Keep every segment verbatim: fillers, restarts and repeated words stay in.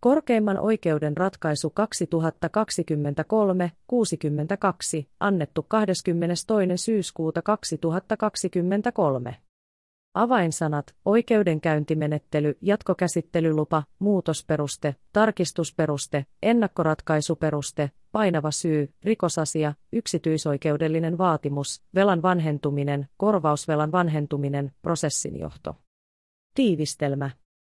Korkeimman oikeuden ratkaisu kaksituhattakaksikymmentäkolme kuusikymmentäkaksi, annettu kahdeskymmenestoinen syyskuuta kaksituhattakaksikymmentäkolme. Avainsanat: oikeudenkäyntimenettely, jatkokäsittelylupa, muutosperuste, tarkistusperuste, ennakkoratkaisuperuste, painava syy, rikosasia, yksityisoikeudellinen vaatimus, velan vanhentuminen, korvausvelan vanhentuminen, prosessinjohto. Tiivistelmä.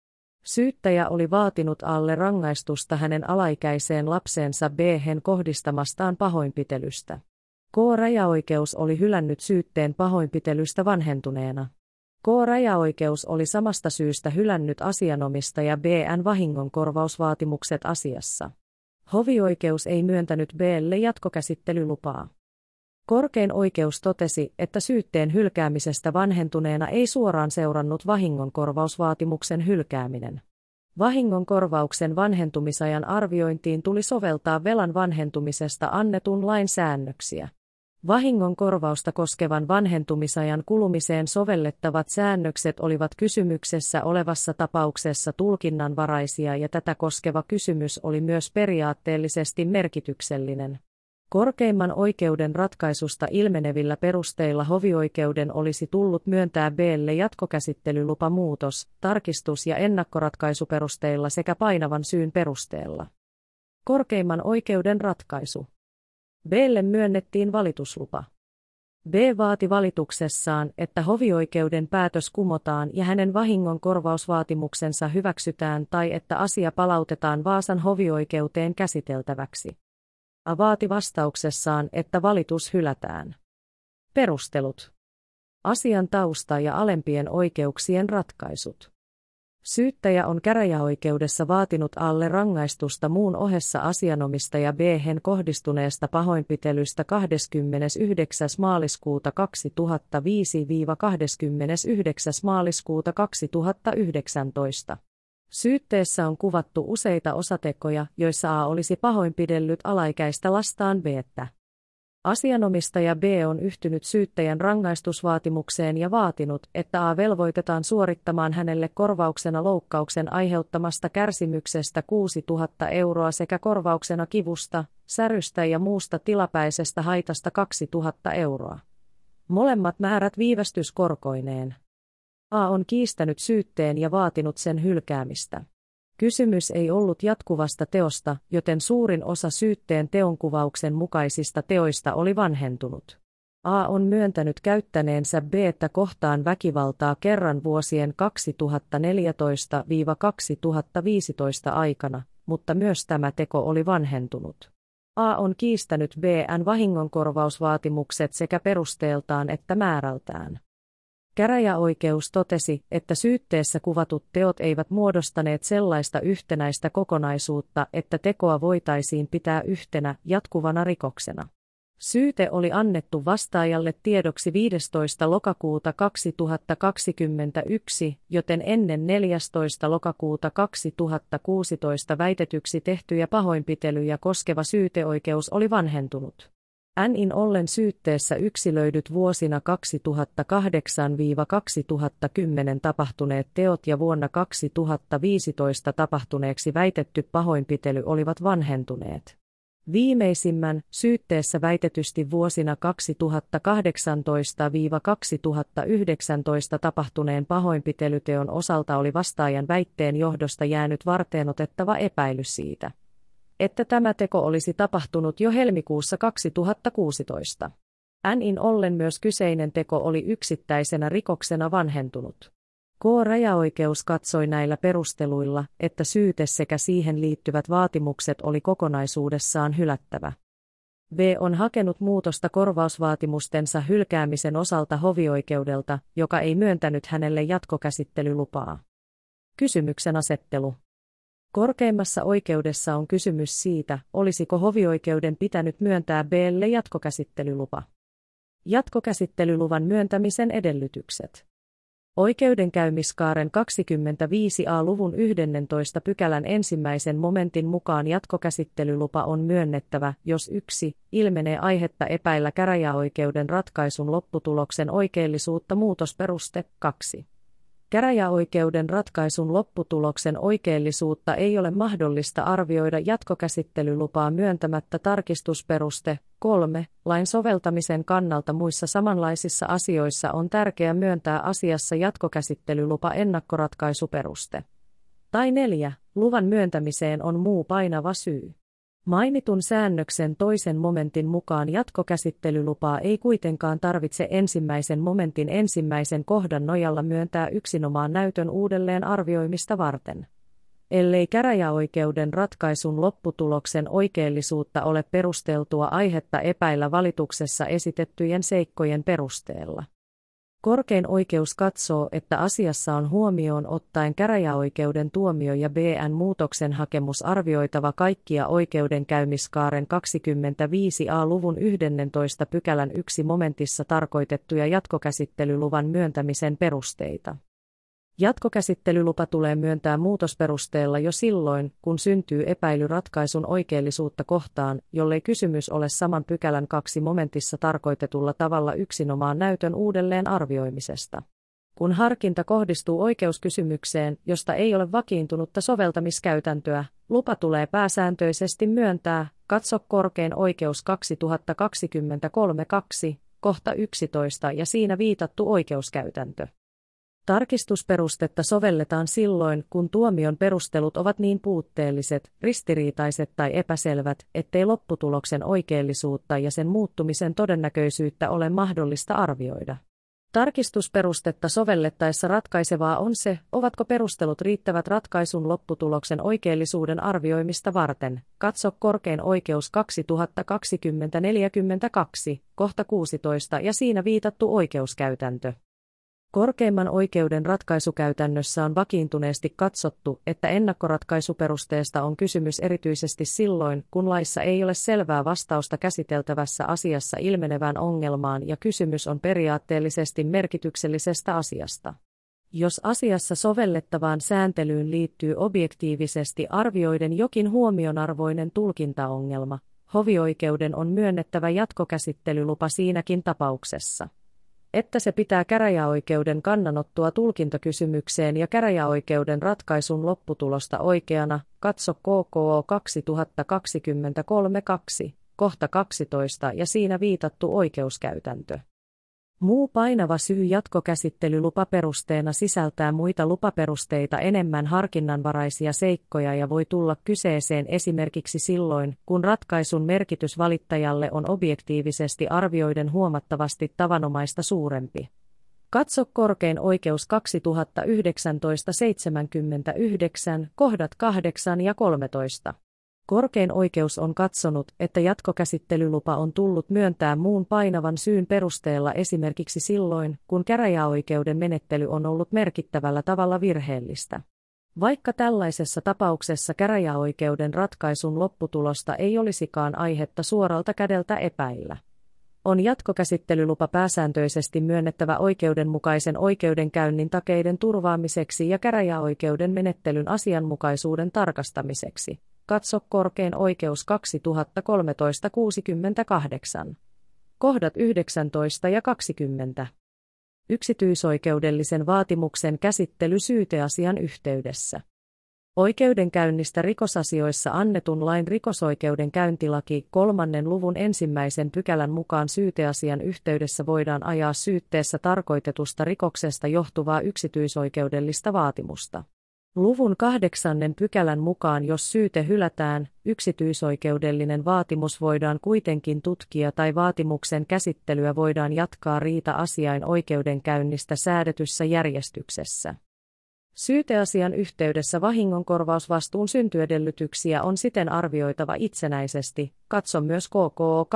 Syyttäjä oli vaatinut A:lle rangaistusta hänen alaikäiseen lapseensa B:hen kohdistamastaan pahoinpitelystä. K-rajaoikeus oli hylännyt syytteen pahoinpitelystä vanhentuneena. K-rajaoikeus oli samasta syystä hylännyt asianomistaja B:n vahingonkorvausvaatimukset asiassa. Hovioikeus ei myöntänyt B:lle jatkokäsittelylupaa. Korkein oikeus totesi, että syytteen hylkäämisestä vanhentuneena ei suoraan seurannut vahingonkorvausvaatimuksen hylkääminen. Vahingonkorvauksen vanhentumisajan arviointiin tuli soveltaa velan vanhentumisesta annetun lain säännöksiä. Vahingonkorvausta koskevan vanhentumisajan kulumiseen sovellettavat säännökset olivat kysymyksessä olevassa tapauksessa tulkinnanvaraisia ja tätä koskeva kysymys oli myös periaatteellisesti merkityksellinen. Korkeimman oikeuden ratkaisusta ilmenevillä perusteilla hovioikeuden olisi tullut myöntää B:lle jatkokäsittelylupa muutos-, tarkistus- ja ennakkoratkaisuperusteilla sekä painavan syyn perusteella. Korkeimman oikeuden ratkaisu. B:lle myönnettiin valituslupa. B vaati valituksessaan, että hovioikeuden päätös kumotaan ja hänen vahingonkorvausvaatimuksensa hyväksytään tai että asia palautetaan Vaasan hovioikeuteen käsiteltäväksi. A vaati vastauksessaan, että valitus hylätään. Perustelut. Asian tausta ja alempien oikeuksien ratkaisut. Syyttäjä on käräjäoikeudessa vaatinut A:lle rangaistusta muun ohessa asianomistaja B:hen kohdistuneesta pahoinpitelystä kahdeskymmenesyhdeksäs maaliskuuta kaksituhattaviisi - kahdeskymmenesyhdeksäs maaliskuuta kaksituhattayhdeksäntoista. Syytteessä on kuvattu useita osatekoja, joissa A olisi pahoinpidellyt alaikäistä lastaan B:tä. Asianomistaja B on yhtynyt syyttäjän rangaistusvaatimukseen ja vaatinut, että A velvoitetaan suorittamaan hänelle korvauksena loukkauksen aiheuttamasta kärsimyksestä kuusituhatta euroa sekä korvauksena kivusta, särystä ja muusta tilapäisestä haitasta kaksituhatta euroa. Molemmat määrät viivästyskorkoineen. A on kiistänyt syytteen ja vaatinut sen hylkäämistä. Kysymys ei ollut jatkuvasta teosta, joten suurin osa syytteen teonkuvauksen mukaisista teoista oli vanhentunut. A on myöntänyt käyttäneensä B:tä kohtaan väkivaltaa kerran vuosien kaksituhattaneljätoista - kaksituhattaviisitoista aikana, mutta myös tämä teko oli vanhentunut. A on kiistänyt B:n vahingonkorvausvaatimukset sekä perusteeltaan että määrältään. Käräjäoikeus totesi, että syytteessä kuvatut teot eivät muodostaneet sellaista yhtenäistä kokonaisuutta, että tekoa voitaisiin pitää yhtenä, jatkuvana rikoksena. Syyte oli annettu vastaajalle tiedoksi viidestoista lokakuuta kaksituhattakaksikymmentäyksi, joten ennen neljästoista lokakuuta kaksituhattakuusitoista väitetyksi tehtyjä pahoinpitelyjä koskeva syyteoikeus oli vanhentunut. Näin ollen syytteessä yksilöidyt vuosina kaksituhattakahdeksan - kaksituhattakymmenen tapahtuneet teot ja vuonna kaksituhattaviisitoista tapahtuneeksi väitetty pahoinpitely olivat vanhentuneet. Viimeisimmän, syytteessä väitetysti vuosina kaksituhattakahdeksantoista - kaksituhattayhdeksäntoista tapahtuneen pahoinpitelyteon osalta oli vastaajan väitteen johdosta jäänyt varteenotettava epäily siitä, että tämä teko olisi tapahtunut jo helmikuussa kaksituhattakuusitoista. Näin ollen myös kyseinen teko oli yksittäisenä rikoksena vanhentunut. K-rajaoikeus katsoi näillä perusteluilla, että syyte sekä siihen liittyvät vaatimukset oli kokonaisuudessaan hylättävä. B on hakenut muutosta korvausvaatimustensa hylkäämisen osalta hovioikeudelta, joka ei myöntänyt hänelle jatkokäsittelylupaa. Kysymyksen asettelu. Korkeimmassa oikeudessa on kysymys siitä, olisiko hovioikeuden pitänyt myöntää B:lle jatkokäsittelylupa. Jatkokäsittelyluvan myöntämisen edellytykset. Oikeudenkäymiskaaren kaksikymmentäviisi a-luvun yhdennentoista pykälän ensimmäisen momentin mukaan jatkokäsittelylupa on myönnettävä, jos yksi ilmenee aihetta epäillä käräjäoikeuden ratkaisun lopputuloksen oikeellisuutta muutosperuste kaksi Käräjäoikeuden ratkaisun lopputuloksen oikeellisuutta ei ole mahdollista arvioida jatkokäsittelylupaa myöntämättä. Tarkistusperuste kolme. Lain soveltamisen kannalta muissa samanlaisissa asioissa on tärkeää myöntää asiassa jatkokäsittelylupa ennakkoratkaisuperuste. Tai neljä. Luvan myöntämiseen on muu painava syy. Mainitun säännöksen toisen momentin mukaan jatkokäsittelylupaa ei kuitenkaan tarvitse ensimmäisen momentin ensimmäisen kohdan nojalla myöntää yksinomaan näytön uudelleen arvioimista varten. Ellei käräjäoikeuden ratkaisun lopputuloksen oikeellisuutta ole perusteltua aihetta epäillä valituksessa esitettyjen seikkojen perusteella. Korkein oikeus katsoo, että asiassa on huomioon ottaen käräjäoikeuden tuomio ja B N-muutoksenhakemus arvioitava kaikkia oikeudenkäymiskaaren kaksikymmentäviisi a-luvun yhdennentoista pykälän yksi momentissa tarkoitettuja jatkokäsittelyluvan myöntämisen perusteita. Jatkokäsittelylupa tulee myöntää muutosperusteella jo silloin, kun syntyy epäily ratkaisun oikeellisuutta kohtaan, jollei kysymys ole saman pykälän kaksi momentissa tarkoitetulla tavalla yksinomaan näytön uudelleen arvioimisesta. Kun harkinta kohdistuu oikeuskysymykseen, josta ei ole vakiintunutta soveltamiskäytäntöä, lupa tulee pääsääntöisesti myöntää, katso korkein oikeus kaksituhattakaksikymmentäkolme kaksi, kohta yksitoista ja siinä viitattu oikeuskäytäntö. Tarkistusperustetta sovelletaan silloin, kun tuomion perustelut ovat niin puutteelliset, ristiriitaiset tai epäselvät, ettei lopputuloksen oikeellisuutta ja sen muuttumisen todennäköisyyttä ole mahdollista arvioida. Tarkistusperustetta sovellettaessa ratkaisevaa on se, ovatko perustelut riittävät ratkaisun lopputuloksen oikeellisuuden arvioimista varten. Katso korkein oikeus kaksituhattakaksikymmentä neljäkymmentäkaksi, kohta kuusitoista ja siinä viitattu oikeuskäytäntö. Korkeimman oikeuden ratkaisukäytännössä on vakiintuneesti katsottu, että ennakkoratkaisuperusteesta on kysymys erityisesti silloin, kun laissa ei ole selvää vastausta käsiteltävässä asiassa ilmenevään ongelmaan ja kysymys on periaatteellisesti merkityksellisestä asiasta. Jos asiassa sovellettavaan sääntelyyn liittyy objektiivisesti arvioiden jokin huomionarvoinen tulkintaongelma, hovioikeuden on myönnettävä jatkokäsittelylupa siinäkin tapauksessa. Että se pitää käräjäoikeuden kannanottoa tulkintakysymykseen ja käräjäoikeuden ratkaisun lopputulosta oikeana, katso K K O kaksituhattakaksikymmentäkolme kaksi, kohta kaksitoista ja siinä viitattu oikeuskäytäntö. Muu painava syy jatkokäsittelylupaperusteena sisältää muita lupaperusteita enemmän harkinnanvaraisia seikkoja ja voi tulla kyseeseen esimerkiksi silloin, kun ratkaisun merkitys valittajalle on objektiivisesti arvioiden huomattavasti tavanomaista suurempi. Katso korkein oikeus kaksituhattayhdeksäntoista seitsemänkymmentäyhdeksän, kohdat kahdeksan ja kolmetoista. Korkein oikeus on katsonut, että jatkokäsittelylupa on tullut myöntää muun painavan syyn perusteella esimerkiksi silloin, kun käräjäoikeuden menettely on ollut merkittävällä tavalla virheellistä. Vaikka tällaisessa tapauksessa käräjäoikeuden ratkaisun lopputulosta ei olisikaan aihetta suoralta kädeltä epäillä. On jatkokäsittelylupa pääsääntöisesti myönnettävä oikeudenmukaisen oikeudenkäynnin takeiden turvaamiseksi ja käräjäoikeuden menettelyn asianmukaisuuden tarkastamiseksi. Katso korkein oikeus kaksituhattakolmetoista kuusikymmentäkahdeksan. Kohdat yhdeksäntoista ja kaksikymmentä. Yksityisoikeudellisen vaatimuksen käsittely syyteasian yhteydessä. Oikeudenkäynnistä rikosasioissa annetun lain rikosoikeudenkäyntilaki kolmannen luvun ensimmäisen pykälän mukaan syyteasian yhteydessä voidaan ajaa syytteessä tarkoitetusta rikoksesta johtuvaa yksityisoikeudellista vaatimusta. Luvun kahdeksannen pykälän mukaan jos syyte hylätään, yksityisoikeudellinen vaatimus voidaan kuitenkin tutkia tai vaatimuksen käsittelyä voidaan jatkaa riita-asiain oikeudenkäynnistä säädetyssä järjestyksessä. Syyteasian yhteydessä vahingonkorvausvastuun syntyedellytyksiä on siten arvioitava itsenäisesti, katso myös K K O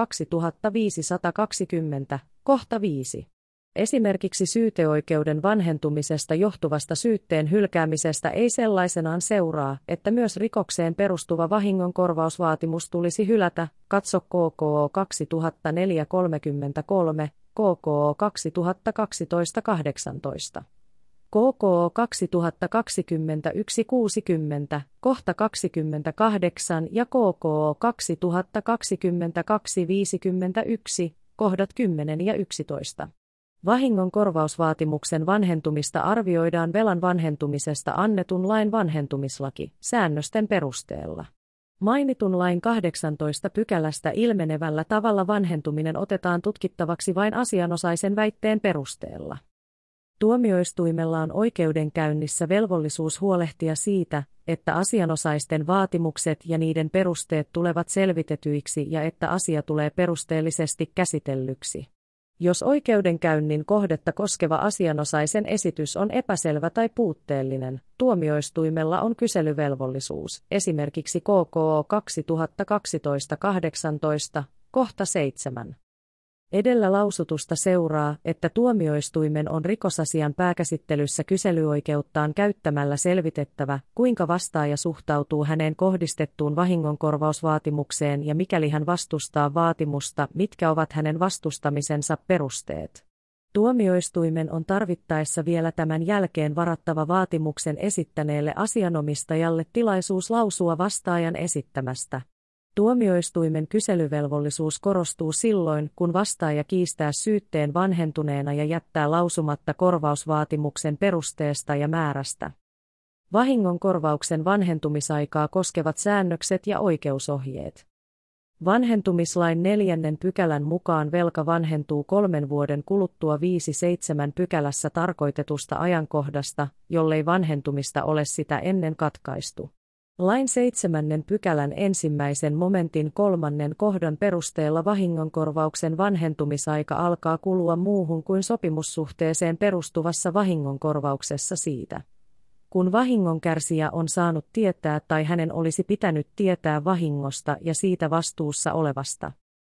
kaksituhattaviisisataakaksikymmentä, kohta viisi. Esimerkiksi syyteoikeuden vanhentumisesta johtuvasta syytteen hylkäämisestä ei sellaisenaan seuraa, että myös rikokseen perustuva vahingonkorvausvaatimus tulisi hylätä, katso K K O kaksituhattaneljä kolmekymmentäkolme, K K O kaksituhattakaksitoista kahdeksantoista. K K O kaksituhattakaksikymmentäyksi kuusikymmentä, kohta kaksikymmentäkahdeksan ja K K O kaksituhattakaksikymmentäkaksi viisikymmentäyksi, kohdat kymmenen ja yksitoista. Vahingon korvausvaatimuksen vanhentumista arvioidaan velan vanhentumisesta annetun lain vanhentumislaki säännösten perusteella. Mainitun lain kahdeksannesta pykälästä ilmenevällä tavalla vanhentuminen otetaan tutkittavaksi vain asianosaisen väitteen perusteella. Tuomioistuimella on oikeudenkäynnissä velvollisuus huolehtia siitä, että asianosaisten vaatimukset ja niiden perusteet tulevat selvitetyiksi ja että asia tulee perusteellisesti käsitellyksi. Jos oikeudenkäynnin kohdetta koskeva asianosaisen esitys on epäselvä tai puutteellinen, tuomioistuimella on kyselyvelvollisuus, esimerkiksi K K O kaksituhattakaksitoista kahdeksantoista, kohta seitsemän. Edellä lausutusta seuraa, että tuomioistuimen on rikosasian pääkäsittelyssä kyselyoikeuttaan käyttämällä selvitettävä, kuinka vastaaja suhtautuu häneen kohdistettuun vahingonkorvausvaatimukseen ja mikäli hän vastustaa vaatimusta, mitkä ovat hänen vastustamisensa perusteet. Tuomioistuimen on tarvittaessa vielä tämän jälkeen varattava vaatimuksen esittäneelle asianomistajalle tilaisuus lausua vastaajan esittämästä. Tuomioistuimen kyselyvelvollisuus korostuu silloin, kun vastaaja kiistää syytteen vanhentuneena ja jättää lausumatta korvausvaatimuksen perusteesta ja määrästä. Vahingonkorvauksen vanhentumisaikaa koskevat säännökset ja oikeusohjeet. Vanhentumislain neljännen pykälän mukaan velka vanhentuu kolmen vuoden kuluttua viisi seitsemän pykälässä tarkoitetusta ajankohdasta, jollei vanhentumista ole sitä ennen katkaistu. Lain seitsemännen pykälän ensimmäisen momentin kolmannen kohdan perusteella vahingonkorvauksen vanhentumisaika alkaa kulua muuhun kuin sopimussuhteeseen perustuvassa vahingonkorvauksessa siitä, kun vahingonkärsijä on saanut tietää tai hänen olisi pitänyt tietää vahingosta ja siitä vastuussa olevasta.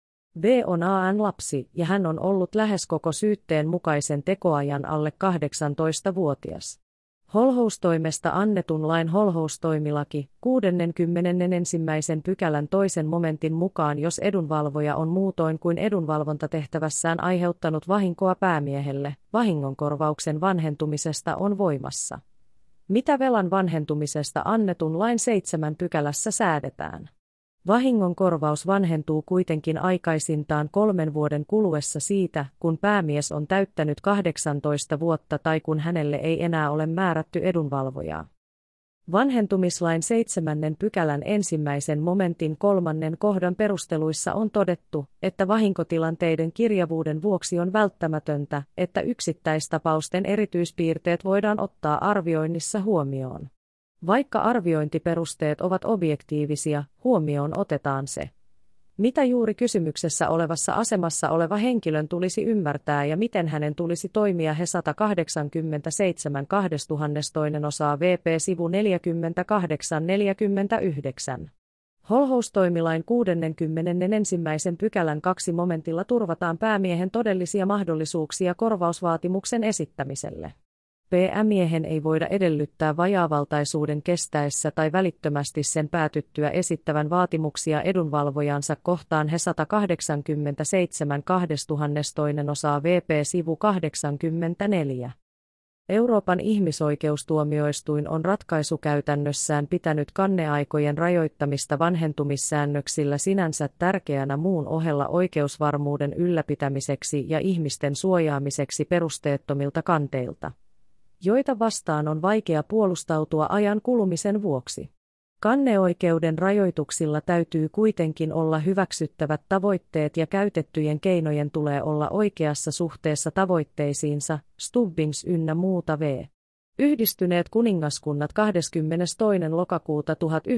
V on A N lapsi ja hän on ollut lähes koko syytteen mukaisen tekoajan alle kahdeksantoistavuotias. Holhoustoimesta annetun lain holhoustoimilaki kuudennenkymmenennenensimmäisen pykälän toisen momentin mukaan, jos edunvalvoja on muutoin kuin edunvalvontatehtävässään aiheuttanut vahinkoa päämiehelle, vahingonkorvauksen vanhentumisesta on voimassa. Mitä velan vanhentumisesta annetun lain seitsemän pykälässä säädetään? Vahingonkorvaus vanhentuu kuitenkin aikaisintaan kolmen vuoden kuluessa siitä, kun päämies on täyttänyt kahdeksantoista vuotta tai kun hänelle ei enää ole määrätty edunvalvojaa. Vanhentumislain seitsemännen pykälän ensimmäisen momentin kolmannen kohdan perusteluissa on todettu, että vahinkotilanteiden kirjavuuden vuoksi on välttämätöntä, että yksittäistapausten erityispiirteet voidaan ottaa arvioinnissa huomioon. Vaikka arviointiperusteet ovat objektiivisia, huomioon otetaan se, mitä juuri kysymyksessä olevassa asemassa oleva henkilön tulisi ymmärtää ja miten hänen tulisi toimia. He sata kahdeksankymmentäseitsemän kaksituhatta osaa V P sivu neljäkymmentäkahdeksan neljäkymmentäyhdeksän. Holhoustoimilain kuudennenkymmenennenensimmäisen pykälän kaksi momentilla turvataan päämiehen todellisia mahdollisuuksia korvausvaatimuksen esittämiselle. Päämiehen ei voida edellyttää vajaavaltaisuuden kestäessä tai välittömästi sen päätyttyä esittävän vaatimuksia edunvalvojansa kohtaan. He sata kahdeksankymmentäseitsemän kaksituhatta osaa V P sivu kahdeksankymmentäneljä. Euroopan ihmisoikeustuomioistuin on ratkaisukäytännössään pitänyt kanneaikojen rajoittamista vanhentumissäännöksillä sinänsä tärkeänä muun ohella oikeusvarmuuden ylläpitämiseksi ja ihmisten suojaamiseksi perusteettomilta kanteilta, joita vastaan on vaikea puolustautua ajan kulumisen vuoksi. Kanneoikeuden rajoituksilla täytyy kuitenkin olla hyväksyttävät tavoitteet ja käytettyjen keinojen tulee olla oikeassa suhteessa tavoitteisiinsa, Stubbings ynnä muuta v. Yhdistyneet kuningaskunnat kahdeskymmenestoinen lokakuuta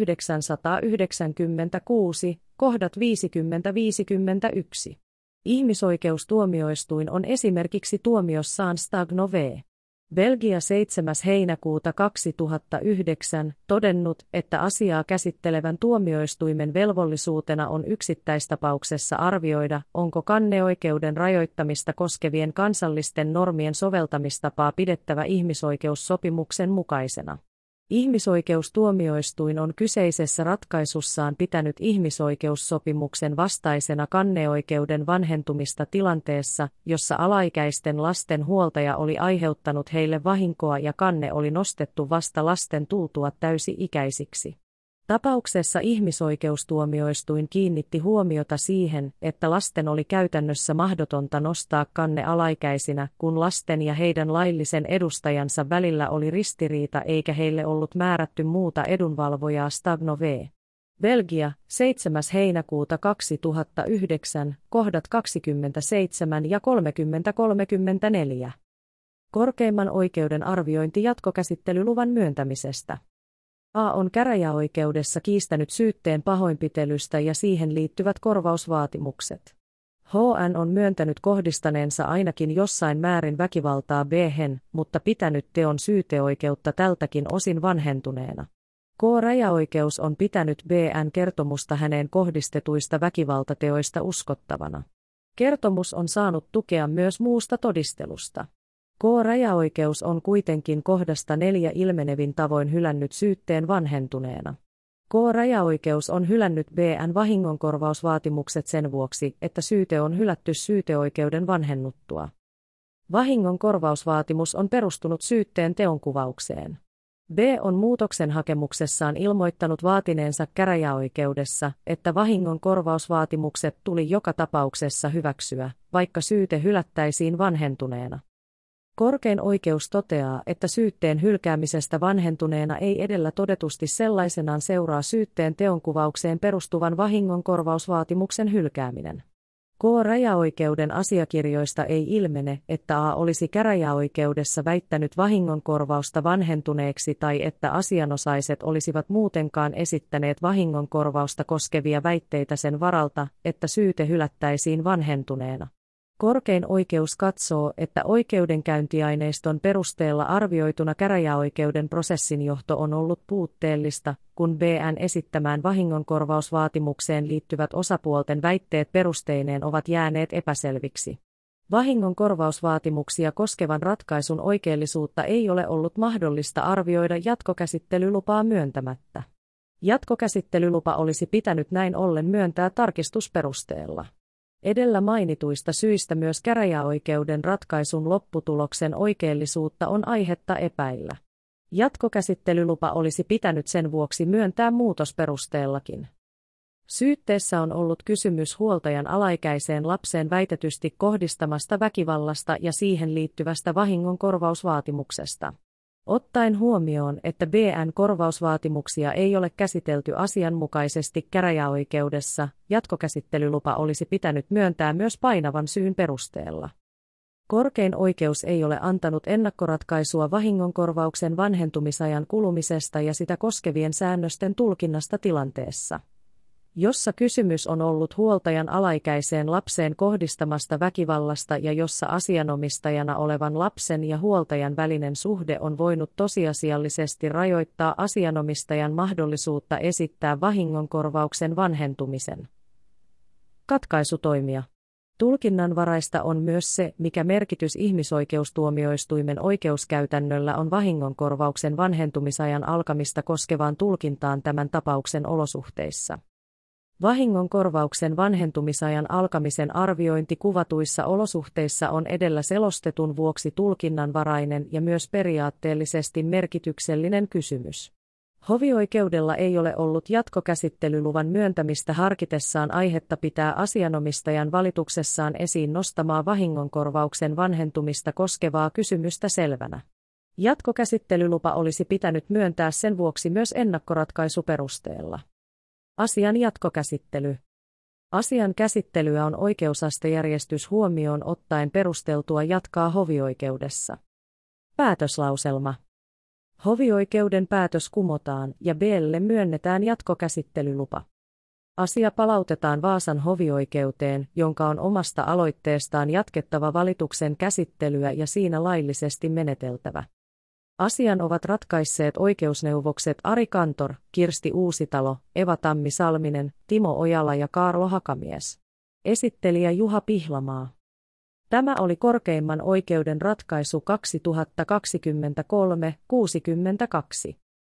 tuhatyhdeksänsataayhdeksänkymmentäkuusi, kohdat viisikymmentä viisikymmentäyksi. Ihmisoikeustuomioistuin on esimerkiksi tuomiossaan Stagno v. Belgia seitsemäs heinäkuuta kaksituhattayhdeksän todennut, että asiaa käsittelevän tuomioistuimen velvollisuutena on yksittäistapauksessa arvioida, onko kanneoikeuden rajoittamista koskevien kansallisten normien soveltamistapaa pidettävä ihmisoikeussopimuksen mukaisena. Ihmisoikeustuomioistuin on kyseisessä ratkaisussaan pitänyt ihmisoikeussopimuksen vastaisena kanneoikeuden vanhentumista tilanteessa, jossa alaikäisten lasten huoltaja oli aiheuttanut heille vahinkoa ja kanne oli nostettu vasta lasten tultua täysi-ikäisiksi. Tapauksessa ihmisoikeustuomioistuin kiinnitti huomiota siihen, että lasten oli käytännössä mahdotonta nostaa kanne alaikäisinä, kun lasten ja heidän laillisen edustajansa välillä oli ristiriita eikä heille ollut määrätty muuta edunvalvojaa Stagno v. Belgia, seitsemäs heinäkuuta kaksituhattayhdeksän, kohdat kaksikymmentäseitsemän ja kolmekymmentä kolmekymmentäneljä. Korkeimman oikeuden arviointi jatkokäsittelyluvan myöntämisestä. A on käräjäoikeudessa kiistänyt syytteen pahoinpitelystä ja siihen liittyvät korvausvaatimukset. H N on myöntänyt kohdistaneensa ainakin jossain määrin väkivaltaa B-hen, mutta pitänyt teon syyteoikeutta tältäkin osin vanhentuneena. K-rajaoikeus on pitänyt B N kertomusta häneen kohdistetuista väkivaltateoista uskottavana. Kertomus on saanut tukea myös muusta todistelusta. K-rajaoikeus on kuitenkin kohdasta neljä ilmenevin tavoin hylännyt syytteen vanhentuneena. K-rajaoikeus on hylännyt B N vahingonkorvausvaatimukset sen vuoksi, että syyte on hylätty syyteoikeuden vanhennuttua. Vahingonkorvausvaatimus on perustunut syytteen teonkuvaukseen. B on muutoksenhakemuksessaan ilmoittanut vaatineensa käräjäoikeudessa, että vahingonkorvausvaatimukset tuli joka tapauksessa hyväksyä, vaikka syyte hylättäisiin vanhentuneena. Korkein oikeus toteaa, että syytteen hylkäämisestä vanhentuneena ei edellä todetusti sellaisenaan seuraa syytteen teonkuvaukseen perustuvan vahingonkorvausvaatimuksen hylkääminen. K-rajaoikeuden asiakirjoista ei ilmene, että A olisi käräjäoikeudessa väittänyt vahingonkorvausta vanhentuneeksi tai että asianosaiset olisivat muutenkaan esittäneet vahingonkorvausta koskevia väitteitä sen varalta, että syyte hylättäisiin vanhentuneena. Korkein oikeus katsoo, että oikeudenkäyntiaineiston perusteella arvioituna käräjäoikeuden prosessinjohto on ollut puutteellista, kun B N esittämään vahingonkorvausvaatimukseen liittyvät osapuolten väitteet perusteineen ovat jääneet epäselviksi. Vahingonkorvausvaatimuksia koskevan ratkaisun oikeellisuutta ei ole ollut mahdollista arvioida jatkokäsittelylupaa myöntämättä. Jatkokäsittelylupa olisi pitänyt näin ollen myöntää tarkistusperusteella. Edellä mainituista syistä myös käräjäoikeuden ratkaisun lopputuloksen oikeellisuutta on aihetta epäillä. Jatkokäsittelylupa olisi pitänyt sen vuoksi myöntää muutosperusteellakin. Syytteessä on ollut kysymys huoltajan alaikäiseen lapseen väitetysti kohdistamasta väkivallasta ja siihen liittyvästä vahingonkorvausvaatimuksesta. Ottaen huomioon, että B N-korvausvaatimuksia ei ole käsitelty asianmukaisesti käräjäoikeudessa, jatkokäsittelylupa olisi pitänyt myöntää myös painavan syyn perusteella. Korkein oikeus ei ole antanut ennakkoratkaisua vahingonkorvauksen vanhentumisajan kulumisesta ja sitä koskevien säännösten tulkinnasta tilanteessa, jossa kysymys on ollut huoltajan alaikäiseen lapseen kohdistamasta väkivallasta ja jossa asianomistajana olevan lapsen ja huoltajan välinen suhde on voinut tosiasiallisesti rajoittaa asianomistajan mahdollisuutta esittää vahingonkorvauksen vanhentumisen. Katkaisutoimia. Tulkinnanvaraista on myös se, mikä merkitys ihmisoikeustuomioistuimen oikeuskäytännöllä on vahingonkorvauksen vanhentumisajan alkamista koskevaan tulkintaan tämän tapauksen olosuhteissa. Vahingonkorvauksen vanhentumisajan alkamisen arviointi kuvatuissa olosuhteissa on edellä selostetun vuoksi tulkinnanvarainen ja myös periaatteellisesti merkityksellinen kysymys. Hovioikeudella ei ole ollut jatkokäsittelyluvan myöntämistä harkitessaan aihetta pitää asianomistajan valituksessaan esiin nostamaa vahingonkorvauksen vanhentumista koskevaa kysymystä selvänä. Jatkokäsittelylupa olisi pitänyt myöntää sen vuoksi myös ennakkoratkaisuperusteella. Asian jatkokäsittely. Asian käsittelyä on oikeusastejärjestys huomioon ottaen perusteltua jatkaa hovioikeudessa. Päätöslauselma. Hovioikeuden päätös kumotaan ja B:lle myönnetään jatkokäsittelylupa. Asia palautetaan Vaasan hovioikeuteen, jonka on omasta aloitteestaan jatkettava valituksen käsittelyä ja siinä laillisesti meneteltävä. Asian ovat ratkaisseet oikeusneuvokset Ari Kantor, Kirsti Uusitalo, Eva Tammi-Salminen, Timo Ojala ja Kaarlo Hakamies. Esittelijä Juha Pihlamaa. Tämä oli korkeimman oikeuden ratkaisu kaksituhattakaksikymmentäkolme kuusikymmentäkaksi.